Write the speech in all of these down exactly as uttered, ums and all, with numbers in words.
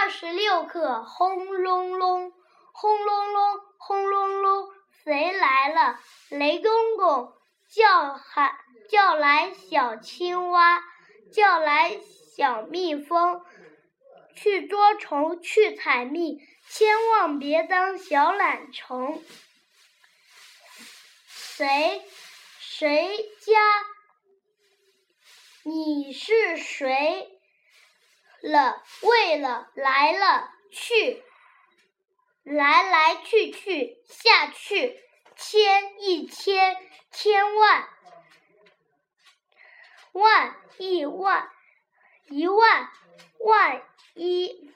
二十六课，轰隆隆，轰隆隆，轰隆隆，谁来了？雷公公叫喊，叫来小青蛙，叫来小蜜蜂，去捉虫，去采蜜，千万别当小懒虫。谁谁家？你是谁？了，为了，来了，去，来来去去，下去，千一千，千万，万一万，一万，万一，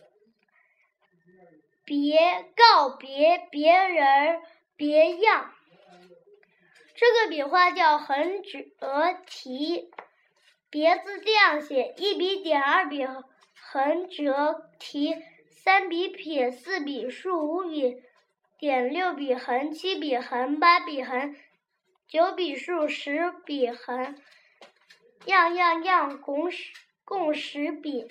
别告别，别人，别样。这个笔画叫横折题。别字这样写：一笔点，二笔横折题，三笔撇，四笔竖，五笔点，六笔横，七笔横，八笔横，九笔竖，十笔横，样样样共十共十笔。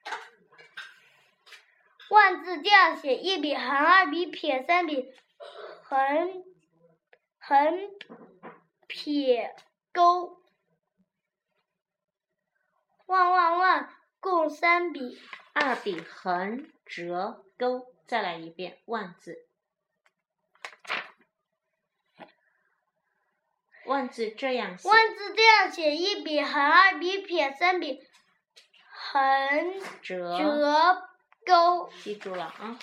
万字这样写：一笔横，二笔撇，三笔横横撇勾。万万万共三笔， 二笔横折勾，再来一遍万字。万字这样写， 万字这样写：一笔横，二笔撇，三笔横折折勾。 记住了啊！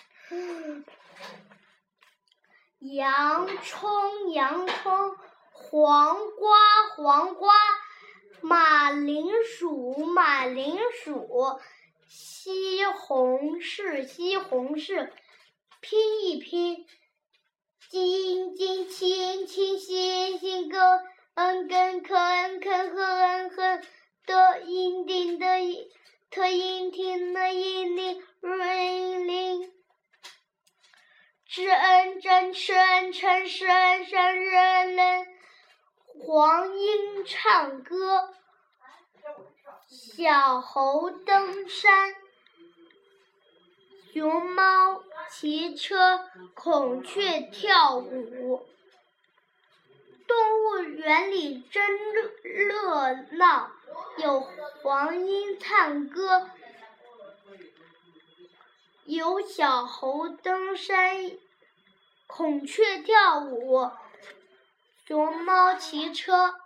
洋葱洋葱，黄瓜黄瓜，马铃薯马铃薯，西红柿西红柿，拼一拼，金金青青星星歌，恩根科恩根呵恩呵，得音定得音特音听的音铃瑞铃，知恩真吃恩称是恩生日恩人，黄莺唱歌，小猴登山，熊猫骑车，孔雀跳舞。动物园里真热闹，有黄莺唱歌，有小猴登山，孔雀跳舞，熊猫骑车。